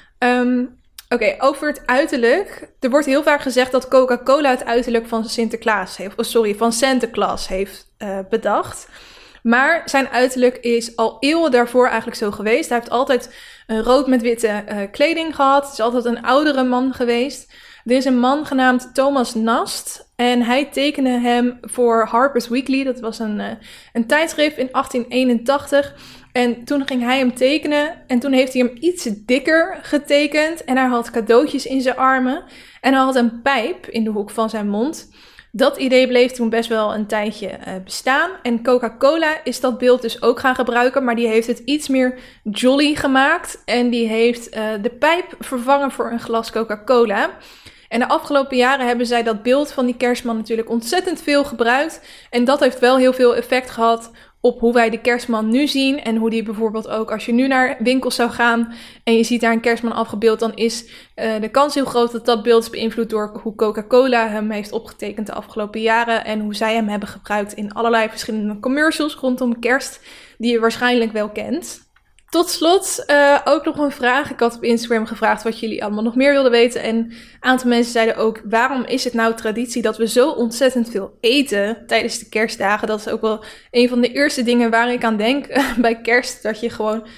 Um, Oké, okay, over het uiterlijk. Er wordt heel vaak gezegd dat Coca-Cola het uiterlijk van Sinterklaas heeft, oh sorry, van Santa Claus heeft uh, bedacht. Maar zijn uiterlijk is al eeuwen daarvoor eigenlijk zo geweest. Hij heeft altijd een rood met witte uh, kleding gehad. Het is altijd een oudere man geweest. Er is een man genaamd Thomas Nast en hij tekende hem voor Harper's Weekly. Dat was een, uh, een tijdschrift in achttien eenentachtig. En toen ging hij hem tekenen en toen heeft hij hem iets dikker getekend. En hij had cadeautjes in zijn armen en hij had een pijp in de hoek van zijn mond. Dat idee bleef toen best wel een tijdje uh, bestaan. En Coca-Cola is dat beeld dus ook gaan gebruiken, maar die heeft het iets meer jolly gemaakt. En die heeft uh, de pijp vervangen voor een glas Coca-Cola. En de afgelopen jaren hebben zij dat beeld van die kerstman natuurlijk ontzettend veel gebruikt. En dat heeft wel heel veel effect gehad op hoe wij de kerstman nu zien. En hoe die bijvoorbeeld ook, als je nu naar winkels zou gaan en je ziet daar een kerstman afgebeeld, dan is uh, de kans heel groot dat dat beeld is beïnvloed door hoe Coca-Cola hem heeft opgetekend de afgelopen jaren. En hoe zij hem hebben gebruikt in allerlei verschillende commercials rondom kerst, die je waarschijnlijk wel kent. Tot slot uh, ook nog een vraag. Ik had op Instagram gevraagd wat jullie allemaal nog meer wilden weten. En een aantal mensen zeiden ook, waarom is het nou traditie dat we zo ontzettend veel eten tijdens de kerstdagen? Dat is ook wel een van de eerste dingen waar ik aan denk bij kerst. Dat je gewoon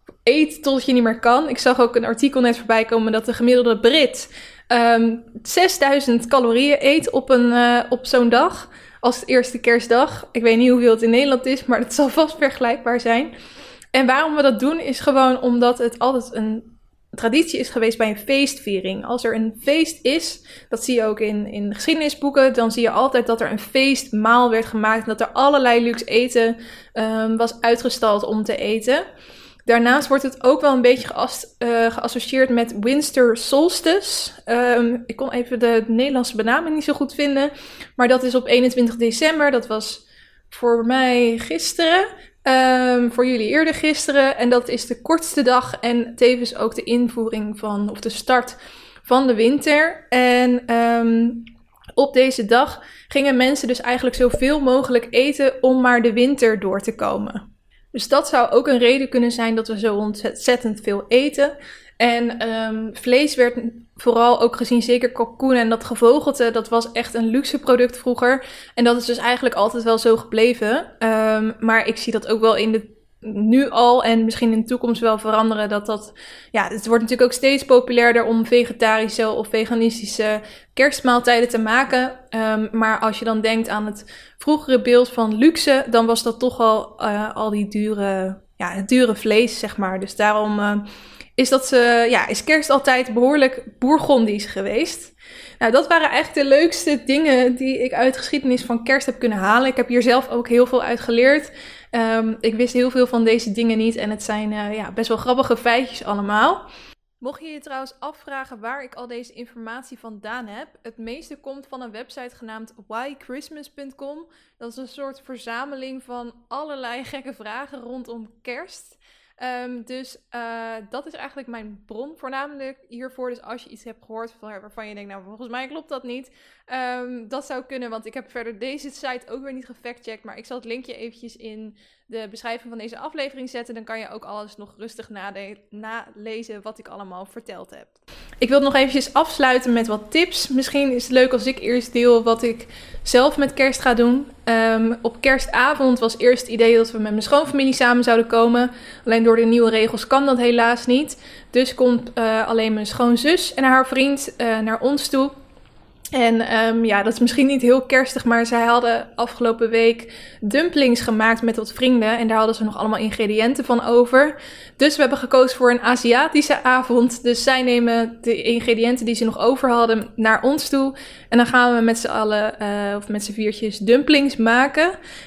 eet tot je niet meer kan. Ik zag ook een artikel net voorbij komen dat de gemiddelde Brit um, zesduizend calorieën eet op, een, uh, op zo'n dag. Als de eerste kerstdag. Ik weet niet hoeveel het in Nederland is, maar het zal vast vergelijkbaar zijn. En waarom we dat doen is gewoon omdat het altijd een traditie is geweest bij een feestviering. Als er een feest is, dat zie je ook in, in geschiedenisboeken, dan zie je altijd dat er een feestmaal werd gemaakt en dat er allerlei luxe eten um, was uitgestald om te eten. Daarnaast wordt het ook wel een beetje geas, uh, geassocieerd met Winter Solstice. Um, ik kon even de Nederlandse benaming niet zo goed vinden, maar dat is op eenentwintig december, dat was voor mij gisteren. Um, voor jullie eerder gisteren. En dat is de kortste dag en tevens ook de invoering van, of de start van de winter. En um, op deze dag gingen mensen dus eigenlijk zoveel mogelijk eten om maar de winter door te komen. Dus dat zou ook een reden kunnen zijn dat we zo ontzettend veel eten. En um, vlees werd vooral ook gezien, zeker kalkoen en dat gevogelte, dat was echt een luxe product vroeger. En dat is dus eigenlijk altijd wel zo gebleven. Um, maar ik zie dat ook wel in de, nu al en misschien in de toekomst wel veranderen. Dat dat, ja, het wordt natuurlijk ook steeds populairder om vegetarische of veganistische kerstmaaltijden te maken. Um, maar als je dan denkt aan het vroegere beeld van luxe, dan was dat toch al uh, al die dure, ja, het dure vlees, zeg maar. Dus daarom Uh, is, dat ze, ja, is kerst altijd behoorlijk bourgondisch geweest. Nou, dat waren eigenlijk de leukste dingen die ik uit de geschiedenis van kerst heb kunnen halen. Ik heb hier zelf ook heel veel uit geleerd. Um, ik wist heel veel van deze dingen niet en het zijn uh, ja, best wel grappige feitjes allemaal. Mocht je je trouwens afvragen waar ik al deze informatie vandaan heb, het meeste komt van een website genaamd why christmas punt com. Dat is een soort verzameling van allerlei gekke vragen rondom kerst. Um, dus uh, dat is eigenlijk mijn bron voornamelijk hiervoor. Dus als je iets hebt gehoord waarvan je denkt, nou volgens mij klopt dat niet. Um, dat zou kunnen, want ik heb verder deze site ook weer niet gefactcheckt. Maar ik zal het linkje eventjes in de beschrijving van deze aflevering zetten. Dan kan je ook alles nog rustig nade- nalezen wat ik allemaal verteld heb. Ik wil het nog eventjes afsluiten met wat tips. Misschien is het leuk als ik eerst deel wat ik zelf met kerst ga doen. Um, op kerstavond was eerst het idee dat we met mijn schoonfamilie samen zouden komen. Alleen door de nieuwe regels kan dat helaas niet. Dus komt uh, alleen mijn schoonzus en haar vriend uh, naar ons toe. En um, ja, dat is misschien niet heel kerstig, maar zij hadden afgelopen week dumplings gemaakt met wat vrienden. En daar hadden ze nog allemaal ingrediënten van over. Dus we hebben gekozen voor een Aziatische avond. Dus zij nemen de ingrediënten die ze nog over hadden naar ons toe. En dan gaan we met z'n allen, uh, of met z'n viertjes, dumplings maken.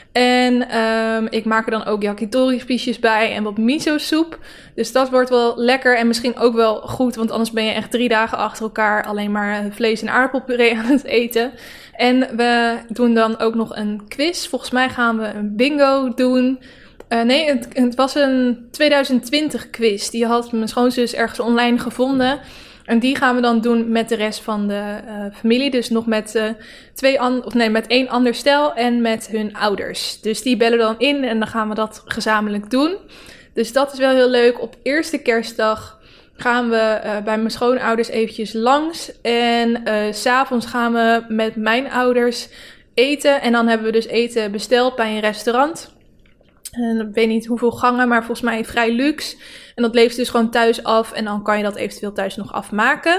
En um, ik maak er dan ook yakitori-spiesjes bij en wat miso-soep. Dus dat wordt wel lekker en misschien ook wel goed, want anders ben je echt drie dagen achter elkaar alleen maar vlees en aardappelpuree aan het eten. En we doen dan ook nog een quiz. Volgens mij gaan we een bingo doen. Uh, nee, het, het was een twintig twintig quiz. Die had mijn schoonzus ergens online gevonden. En die gaan we dan doen met de rest van de uh, familie. Dus nog met, uh, twee an- of nee, met één ander stel en met hun ouders. Dus die bellen dan in en dan gaan we dat gezamenlijk doen. Dus dat is wel heel leuk. Op eerste kerstdag gaan we uh, bij mijn schoonouders eventjes langs. En uh, 's avonds gaan we met mijn ouders eten. En dan hebben we dus eten besteld bij een restaurant. En ik weet niet hoeveel gangen, maar volgens mij vrij luxe. En dat levert dus gewoon thuis af. En dan kan je dat eventueel thuis nog afmaken.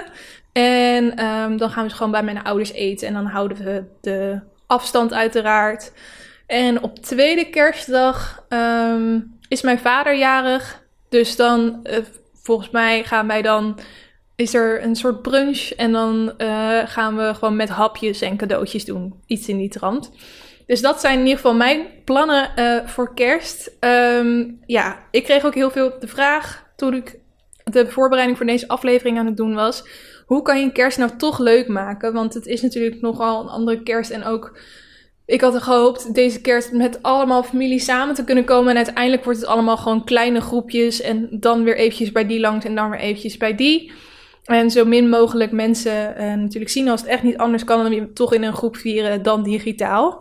En um, dan gaan we dus gewoon bij mijn ouders eten. En dan houden we de afstand uiteraard. En op tweede kerstdag um, is mijn vader jarig. Dus dan, uh, volgens mij gaan wij dan... is er een soort brunch. En dan uh, gaan we gewoon met hapjes en cadeautjes doen. Iets in die trant. Dus dat zijn in ieder geval mijn plannen uh, voor kerst. Um, ja, ik kreeg ook heel veel de vraag toen ik de voorbereiding voor deze aflevering aan het doen was. Hoe kan je een kerst nou toch leuk maken? Want het is natuurlijk nogal een andere kerst. En ook, ik had er gehoopt deze kerst met allemaal familie samen te kunnen komen. En uiteindelijk wordt het allemaal gewoon kleine groepjes. En dan weer eventjes bij die langs en dan weer eventjes bij die. En zo min mogelijk mensen uh, natuurlijk zien. Als het echt niet anders kan, dan je toch in een groep vieren dan digitaal.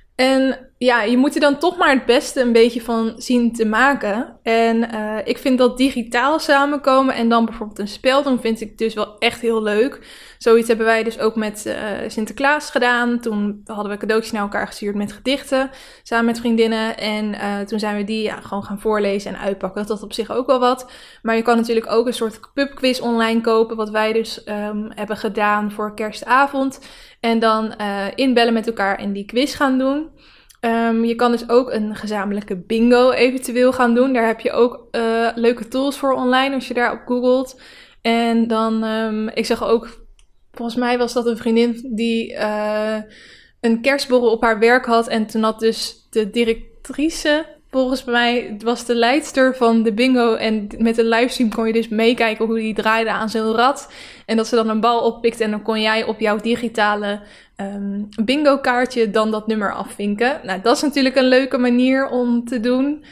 En ja, je moet er dan toch maar het beste een beetje van zien te maken. En uh, ik vind dat digitaal samenkomen en dan bijvoorbeeld een spel doen, vind ik dus wel echt heel leuk. Zoiets hebben wij dus ook met uh, Sinterklaas gedaan. Toen hadden we cadeautjes naar elkaar gestuurd met gedichten, samen met vriendinnen. En uh, toen zijn we die ja, gewoon gaan voorlezen en uitpakken. Dat was op zich ook wel wat. Maar je kan natuurlijk ook een soort pubquiz online kopen, wat wij dus um, hebben gedaan voor kerstavond. En dan uh, inbellen met elkaar en die quiz gaan doen. Um, je kan dus ook een gezamenlijke bingo eventueel gaan doen. Daar heb je ook uh, leuke tools voor online als je daarop googelt. En dan, um, ik zag ook, volgens mij was dat een vriendin die uh, een kerstborrel op haar werk had. En toen had dus de directrice, volgens mij was de leidster van de bingo. En met een livestream kon je dus meekijken hoe die draaide aan zijn rad. En dat ze dan een bal oppikte en dan kon jij op jouw digitale um, bingo kaartje dan dat nummer afvinken. Nou, dat is natuurlijk een leuke manier om te doen.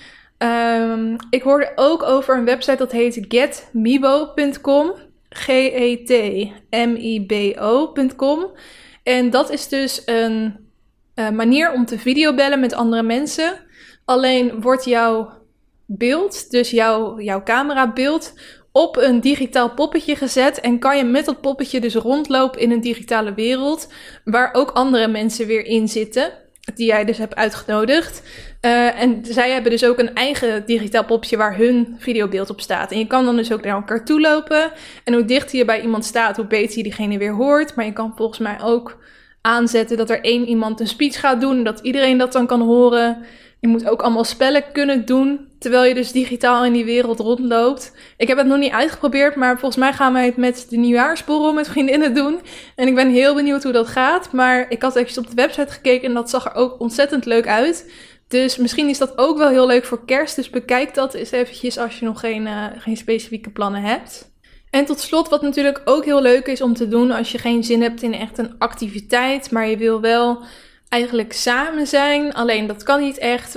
Um, ik hoorde ook over een website dat heet get mibo punt com. G E T M I B O punt com. En dat is dus een uh, manier om te videobellen met andere mensen. Alleen wordt jouw beeld, dus jouw, jouw camerabeeld, op een digitaal poppetje gezet. En kan je met dat poppetje dus rondlopen in een digitale wereld. Waar ook andere mensen weer in zitten. Die jij dus hebt uitgenodigd. Uh, en zij hebben dus ook een eigen digitaal poppetje waar hun videobeeld op staat. En je kan dan dus ook naar elkaar toe lopen. En hoe dichter je bij iemand staat, hoe beter je diegene weer hoort. Maar je kan volgens mij ook aanzetten dat er één iemand een speech gaat doen. Dat iedereen dat dan kan horen. Je moet ook allemaal spellen kunnen doen, terwijl je dus digitaal in die wereld rondloopt. Ik heb het nog niet uitgeprobeerd, maar volgens mij gaan wij het met de nieuwjaarsborrel met vriendinnen doen. En ik ben heel benieuwd hoe dat gaat. Maar ik had even op de website gekeken en dat zag er ook ontzettend leuk uit. Dus misschien is dat ook wel heel leuk voor kerst. Dus bekijk dat eens eventjes als je nog geen, uh, geen specifieke plannen hebt. En tot slot, wat natuurlijk ook heel leuk is om te doen als je geen zin hebt in echt een activiteit, maar je wil wel eigenlijk samen zijn. Alleen dat kan niet echt, want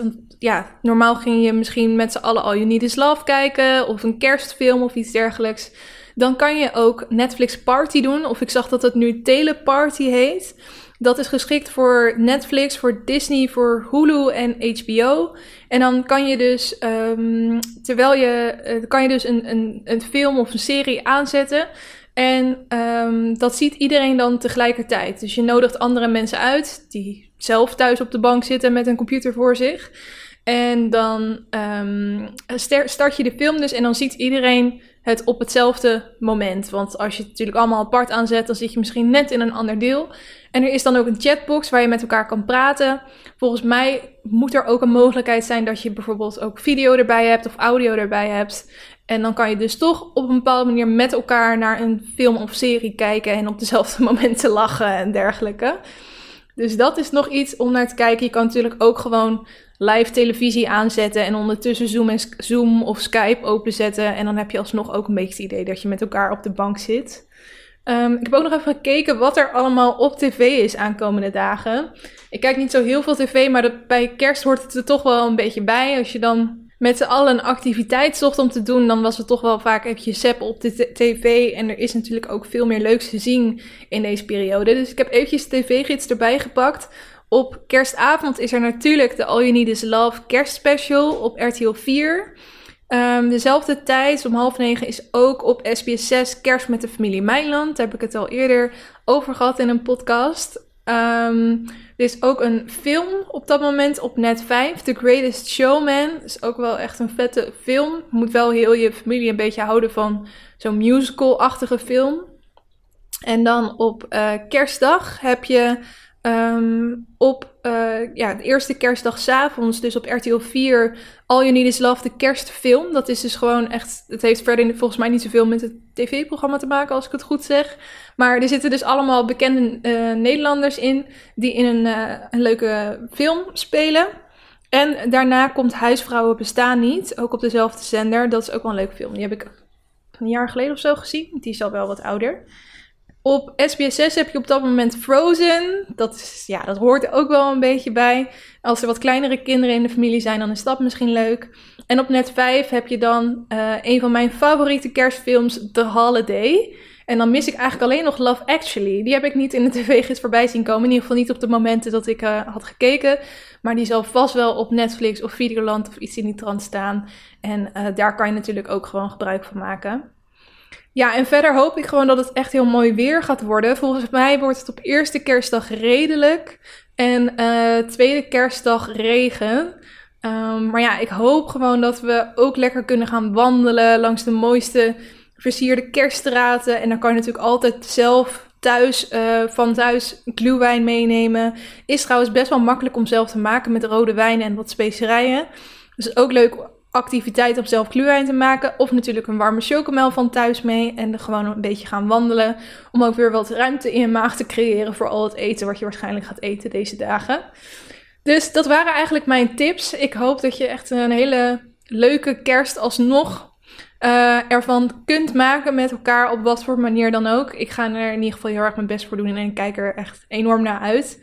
ja, normaal ging je misschien met z'n allen All You Need Is Love kijken of een kerstfilm of iets dergelijks. Dan kan je ook Netflix Party doen, of ik zag dat het nu Teleparty heet. Dat is geschikt voor Netflix, voor Disney, voor Hulu en H B O. En dan kan je dus, um, terwijl je, uh, kan je dus een, een, een film of een serie aanzetten. En um, dat ziet iedereen dan tegelijkertijd. Dus je nodigt andere mensen uit die zelf thuis op de bank zitten met een computer voor zich. En dan um, start je de film dus en dan ziet iedereen het op hetzelfde moment. Want als je het natuurlijk allemaal apart aanzet, dan zit je misschien net in een ander deel. En er is dan ook een chatbox waar je met elkaar kan praten. Volgens mij moet er ook een mogelijkheid zijn dat je bijvoorbeeld ook video erbij hebt of audio erbij hebt. En dan kan je dus toch op een bepaalde manier met elkaar naar een film of serie kijken en op dezelfde momenten lachen en dergelijke. Dus dat is nog iets om naar te kijken. Je kan natuurlijk ook gewoon live televisie aanzetten en ondertussen Zoom, en Zoom of Skype openzetten. En dan heb je alsnog ook een beetje het idee dat je met elkaar op de bank zit. Um, ik heb ook nog even gekeken wat er allemaal op tv is aankomende dagen. Ik kijk niet zo heel veel tv, maar dat, bij kerst hoort het er toch wel een beetje bij. Als je dan met z'n allen een activiteit zocht om te doen, dan was het toch wel vaak eventjes zappen op de t- tv. En er is natuurlijk ook veel meer leuks te zien in deze periode. Dus ik heb eventjes de tv-gids erbij gepakt. Op kerstavond is er natuurlijk de All You Need Is Love kerstspecial op R T L vier. Um, dezelfde tijd, om half negen, is ook op S B S zes Kerst met de familie Mijnland. Daar heb ik het al eerder over gehad in een podcast. Um, er is ook een film op dat moment op Net vijf, The Greatest Showman. Dat is ook wel echt een vette film. Je moet wel heel je familie een beetje houden van zo'n musical-achtige film. En dan op uh, kerstdag heb je um, op uh, ja, de eerste kerstdag 's avonds, dus op R T L vier, All You Need Is Love, de kerstfilm. Dat is dus gewoon echt, het heeft verder volgens mij niet zoveel met het tv-programma te maken, als ik het goed zeg. Maar er zitten dus allemaal bekende uh, Nederlanders in, die in een, uh, een leuke film spelen. En daarna komt Huisvrouwen Bestaan Niet, ook op dezelfde zender. Dat is ook wel een leuke film. Die heb ik een jaar geleden of zo gezien. Die is al wel wat ouder. Op S B S zes heb je op dat moment Frozen. Dat, is, ja, dat hoort er ook wel een beetje bij. Als er wat kleinere kinderen in de familie zijn, dan is dat misschien leuk. En op Net vijf heb je dan uh, een van mijn favoriete kerstfilms, The Holiday. En dan mis ik eigenlijk alleen nog Love Actually. Die heb ik niet in de tv-gids voorbij zien komen. In ieder geval niet op de momenten dat ik uh, had gekeken. Maar die zal vast wel op Netflix of Videoland of iets in die trant staan. En uh, daar kan je natuurlijk ook gewoon gebruik van maken. Ja, en verder hoop ik gewoon dat het echt heel mooi weer gaat worden. Volgens mij wordt het op eerste kerstdag redelijk. En uh, tweede kerstdag regen. Um, maar ja, ik hoop gewoon dat we ook lekker kunnen gaan wandelen langs de mooiste versierde kerststraten. En dan kan je natuurlijk altijd zelf thuis, uh, van thuis glühwein meenemen. Is trouwens best wel makkelijk om zelf te maken met rode wijn en wat specerijen. Dus ook leuk activiteit om zelf glühwein te maken. Of natuurlijk een warme chocomel van thuis mee. En dan gewoon een beetje gaan wandelen. Om ook weer wat ruimte in je maag te creëren voor al het eten wat je waarschijnlijk gaat eten deze dagen. Dus dat waren eigenlijk mijn tips. Ik hoop dat je echt een hele leuke kerst alsnog uh, ervan kunt maken met elkaar, op wat voor manier dan ook. Ik ga er in ieder geval heel erg mijn best voor doen en ik kijk er echt enorm naar uit.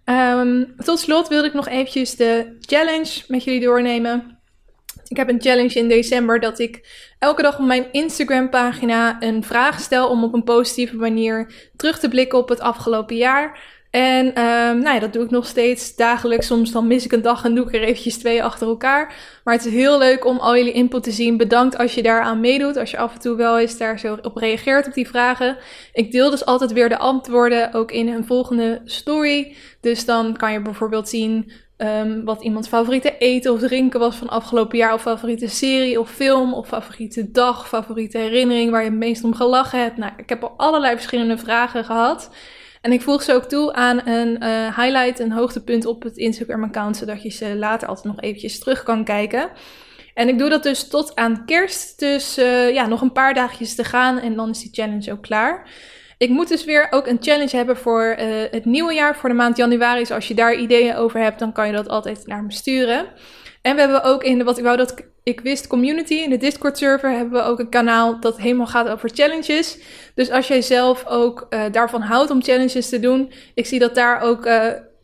Um, tot slot wilde ik nog eventjes de challenge met jullie doornemen. Ik heb een challenge in december dat ik elke dag op mijn Instagram pagina een vraag stel om op een positieve manier terug te blikken op het afgelopen jaar. En um, nou ja, dat doe ik nog steeds dagelijks. Soms dan mis ik een dag en doe ik er eventjes twee achter elkaar. Maar het is heel leuk om al jullie input te zien. Bedankt als je daaraan meedoet. Als je af en toe wel eens daar zo op reageert op die vragen. Ik deel dus altijd weer de antwoorden ook in een volgende story. Dus dan kan je bijvoorbeeld zien Um, wat iemands favoriete eten of drinken was van afgelopen jaar. Of favoriete serie of film. Of favoriete dag, favoriete herinnering waar je het meest om gelachen hebt. Nou, ik heb al allerlei verschillende vragen gehad. En ik voeg ze ook toe aan een uh, highlight, een hoogtepunt op het Instagram-account. Zodat je ze later altijd nog eventjes terug kan kijken. En ik doe dat dus tot aan kerst. Dus uh, ja, nog een paar dagjes te gaan en dan is die challenge ook klaar. Ik moet dus weer ook een challenge hebben voor uh, het nieuwe jaar, voor de maand januari. Dus als je daar ideeën over hebt, dan kan je dat altijd naar me sturen. En we hebben ook in de Wat Ik Wou Dat Ik Wist community, in de Discord server, hebben we ook een kanaal dat helemaal gaat over challenges. Dus als jij zelf ook uh, daarvan houdt om challenges te doen, ik zie dat daar ook uh,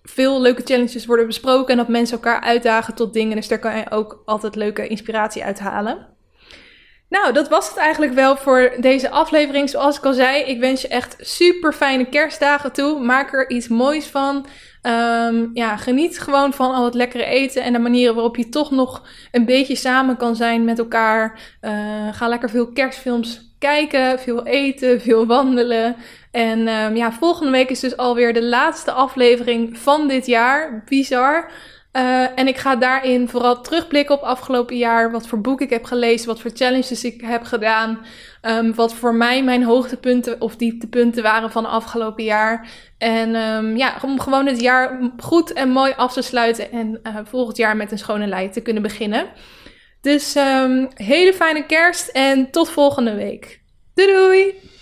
veel leuke challenges worden besproken en dat mensen elkaar uitdagen tot dingen. Dus daar kan je ook altijd leuke inspiratie uithalen. Nou, dat was het eigenlijk wel voor deze aflevering. Zoals ik al zei, ik wens je echt super fijne kerstdagen toe. Maak er iets moois van. Um, ja, geniet gewoon van al het lekkere eten en de manieren waarop je toch nog een beetje samen kan zijn met elkaar. Uh, ga lekker veel kerstfilms kijken, veel eten, veel wandelen. En um, ja, volgende week is dus alweer de laatste aflevering van dit jaar. Bizar. Uh, en ik ga daarin vooral terugblikken op afgelopen jaar. Wat voor boek ik heb gelezen, wat voor challenges ik heb gedaan. Um, wat voor mij mijn hoogtepunten of dieptepunten waren van afgelopen jaar. En um, ja, om gewoon het jaar goed en mooi af te sluiten. En uh, volgend jaar met een schone lei te kunnen beginnen. Dus um, hele fijne kerst en tot volgende week. Doei doei!